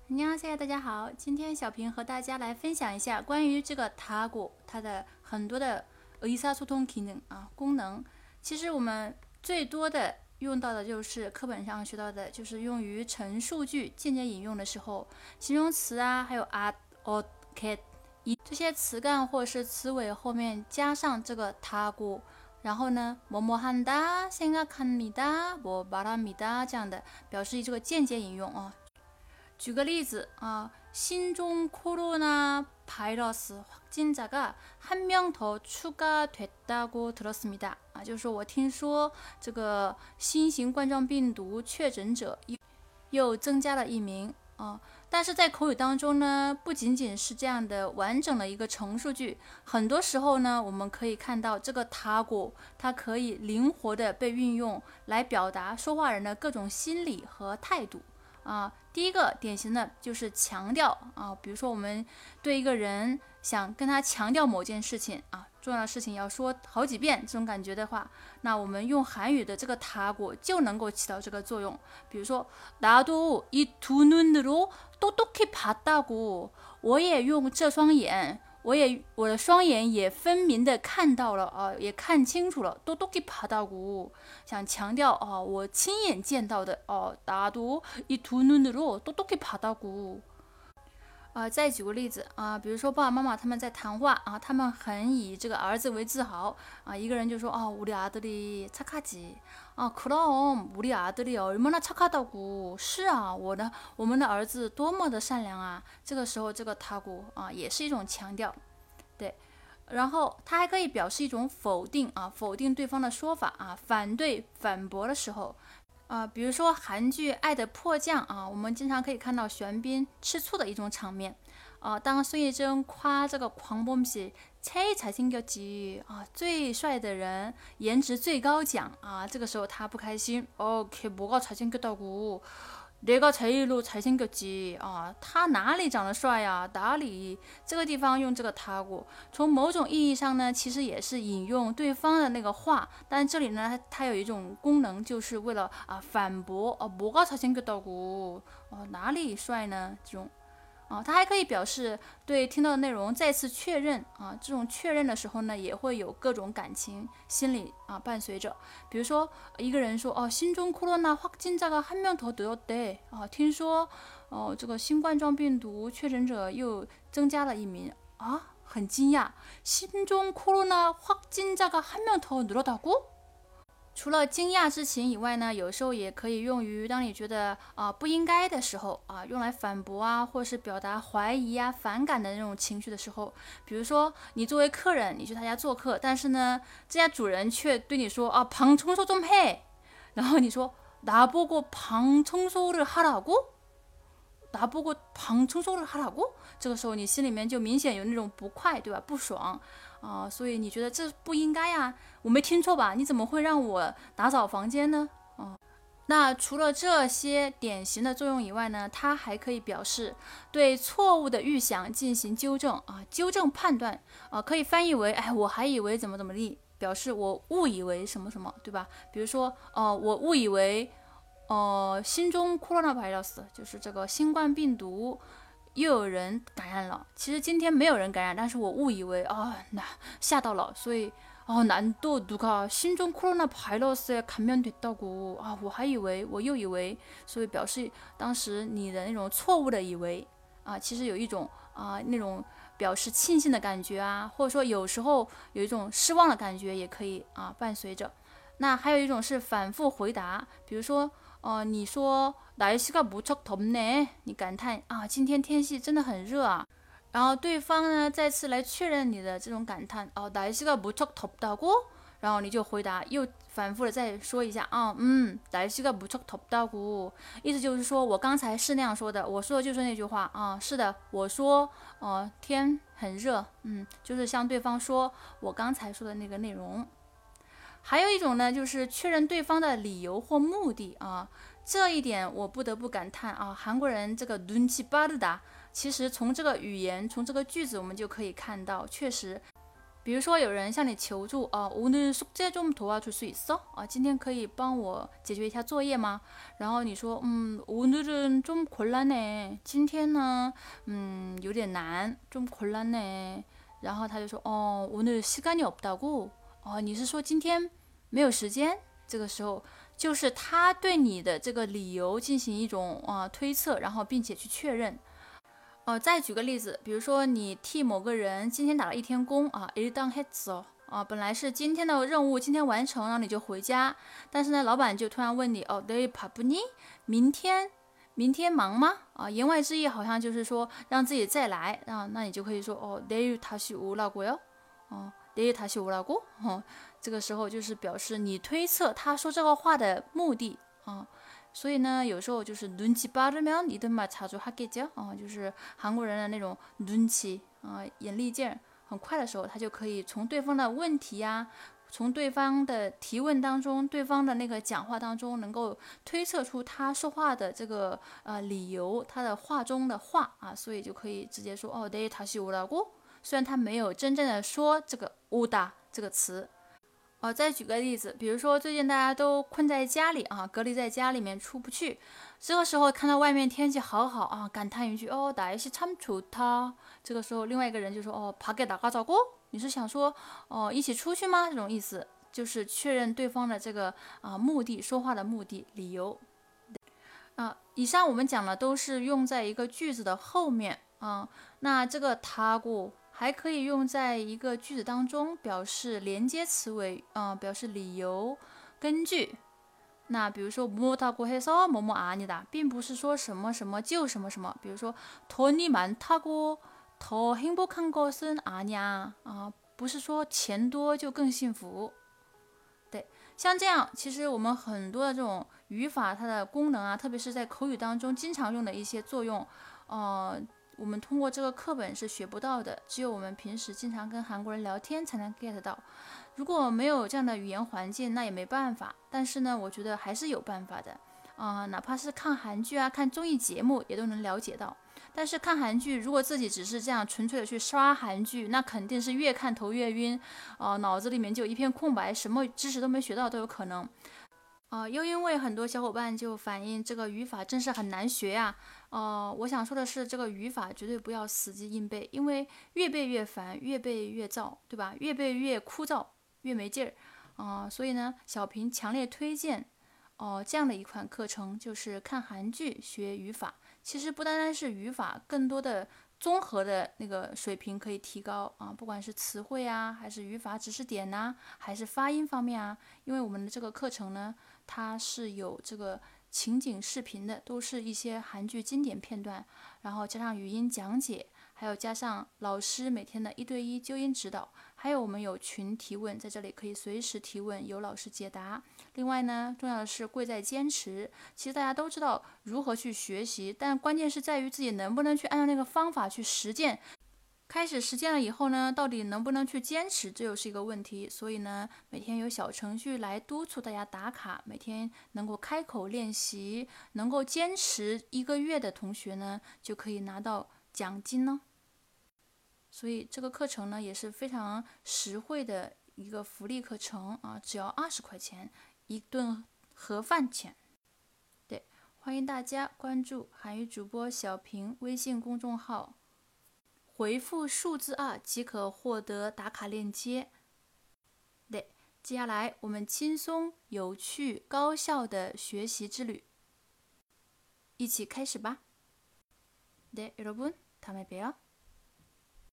안녕하세요，大家好。今天小平和大家来分享一下关于这个塔古它的很多的의사소통 기능功能。其实我们最多的用到的就是课本上学到的，就是用于陈述句间接引用的时候，形容词还有get 这些词干或是词尾后面加上这个塔古，然后呢，뭐뭐한다、생각합니다、뭐말합니다这样的表示这个间接引用。举个例子신종 코로나 바이러스 확진자가 한 명 더 추가됐다고 들었습니다. 就是说我听说这个新型冠状病毒确诊者又增加了一名但是在口语当中呢，不仅仅是这样的完整的一个陈述句，很多时候呢，我们可以看到这个塔古它可以灵活的被运用来表达说话人的各种心理和态度。第一个典型的就是强调比如说我们对一个人想跟他强调某件事情重要的事情要说好几遍，这种感觉的话，那我们用韩语的这个塔古就能够起到这个作用。比如说나도 이 두 눈으로 똑똑히 봤다고， 我也用这双眼，我的双眼也分明的看到了也看清楚了。똑똑히 봤다고， 想强调我亲眼见到的나도 이 두 눈으로 똑똑히 봤다고。再举个例子比如说爸爸妈妈他们在谈话他们很以这个儿子为自豪一个人就说우리 아들이 착하지 그럼 우리 아들이 얼마나 착하다고。 是我们的儿子多么的善良啊。这个时候这个타고也是一种强调。对，然后它还可以表示一种否定否定对方的说法反对反驳的时候。比如说韩剧《爱的迫降》我们经常可以看到玄彬吃醋的一种场面当孙艺珍夸这个광범씨 제일 잘생겼지最帅的人，颜值最高奖这个时候他不开心걔 뭐가 잘생겼다고， 내가 제일로 잘생겼지他哪里长得帅呀？哪里？这个地方用这个타고，从某种意义上呢，其实也是引用对方的那个话，但这里呢，它有一种功能，就是为了反驳뭐가 잘생겼다고，哪里帅呢？这种。它还可以表示对听到的内容再次确认这种确认的时候呢，也会有各种感情心理伴随着。比如说一个人说신종 코로나 확진자가 한 명 더 늘었대听说这个新冠状病毒确诊者又增加了一名很惊讶。신종 코로나 확진자가 한 명 더 늘었다고？除了惊讶之情以外呢，有时候也可以用于当你觉得不应该的时候用来反驳或是表达怀疑反感的那种情绪的时候。比如说你作为客人，你去他家做客，但是呢，这家主人却对你说방 청소 좀 해， 然后你说나보고 방 청소를 하라고？나보고 방 청소를 하라고？ 这个时候你心里面就明显有那种不快，对吧？不爽所以你觉得这不应该我没听错吧？你怎么会让我打扫房间呢？那除了这些典型的作用以外呢，它还可以表示对错误的预想进行纠正纠正判断可以翻译为我还以为怎么怎么地，表示我误以为什么什么，对吧？比如说我误以为신종 코로나 바이러스就是这个新冠病毒又有人感染了。其实今天没有人感染，但是我误以为那吓到了，所以난또 누가 신종 코로나 바이러스에 감염됐다고我还以为，我又以为，所以表示当时你的那种错误的以为其实有一种那种表示庆幸的感觉或者说有时候有一种失望的感觉也可以伴随着。那还有一种是反复回答，比如说你说날씨가 무척 덥네， 你感叹今天天气真的很热然后对方呢再次来确认你的这种感叹날씨가 무척 덥다고， 然后你就回答，又反复的再说一下날씨가 무척 덥다고， 意思就是说我刚才是那样说的，我说的就是那句话是的，我说天很热就是向对方说我刚才说的那个内容。还有一种呢，就是确认对方的理由或目的这一点我不得不感叹韩国人这个눈치 빠르다。其实从这个语言，从这个句子，我们就可以看到，确实比如说有人向你求助，오늘 숙제 좀 도와줄 수 있어？今天可以帮我解决一下作业吗？然后你说，오늘은 좀 곤란해。今天呢，有点难，좀 곤란해。然后他就说，오늘 시간이 없다고？你是说今天没有时间？这个时候就是他对你的这个理由进行一种推测，然后并且去确认。再举个例子，比如说你替某个人今天打了一天工일당했어本来是今天的任务今天完成，然后你就回家，但是呢，老板就突然问你내일 바쁘니？明天忙吗？言外之意好像就是说让自己再来那你就可以说내일 다시 오라고요？내일 다시 오라고？这个时候就是表示你推测他说这个话的目的所以呢，有时候就是눈치 빠르면 이든 말 자주 하겠죠就是韩国人的那种눈치眼力劲儿很快的时候，他就可以从对方的问题从对方的提问当中，对方的那个讲话当中，能够推测出他说话的这个理由，他的话中的话所以就可以直接说내일 다시 오라고？虽然他没有真正的说这个오다这个词。再举个例子，比如说最近大家都困在家里隔离在家里面出不去，这个时候看到外面天气好好感叹一句날씨 참 좋다。这个时候另外一个人就说밖에 나가자고？你是想说一起出去吗？这种意思就是确认对方的这个目的，说话的目的、理由。以上我们讲的都是用在一个句子的后面那这个타고还可以用在一个句子当中，表示连接词尾，表示理由、根据。那比如说뭐뭐하고 해서 뭐뭐 아니다，并不是说什么什么就什么什么。比如说돈이 많다고 더 행복한 것은 아니야，不是说钱多就更幸福。对，像这样，其实我们很多的这种语法，它的功能特别是在口语当中经常用的一些作用，我们通过这个课本是学不到的，只有我们平时经常跟韩国人聊天才能 get 到。如果没有这样的语言环境，那也没办法。但是呢，我觉得还是有办法的哪怕是看韩剧看综艺节目也都能了解到。但是看韩剧，如果自己只是这样纯粹的去刷韩剧，那肯定是越看头越晕脑子里面就一片空白，什么知识都没学到都有可能。又因为很多小伙伴就反映这个语法真是很难学我想说的是，这个语法绝对不要死记硬背，因为越背越烦，越背越燥，对吧？越背越枯燥，越没劲儿所以呢，小平强烈推荐这样的一款课程，就是看韩剧学语法。其实不单单是语法，更多的综合的那个水平可以提高不管是词汇还是语法知识点还是发音方面因为我们的这个课程呢，它是有这个情景视频的，都是一些韩剧经典片段，然后加上语音讲解，还有加上老师每天的1对1纠音指导，还有我们有群提问，在这里可以随时提问，有老师解答。另外呢，重要的是贵在坚持。其实大家都知道如何去学习，但关键是在于自己能不能去按照那个方法去实践。开始实践了以后呢，到底能不能去坚持，这又是一个问题。所以呢，每天有小程序来督促大家打卡，每天能够开口练习，能够坚持1个月的同学呢，就可以拿到奖金呢。所以这个课程呢，也是非常实惠的一个福利课程只要20块钱一顿盒饭钱。对，欢迎大家关注韩语主播小平微信公众号，回复数字2即可获得打卡链接。对，接下来我们轻松、有趣、高效的学习之旅，一起开始吧。네， 여러분，다음에 봬요。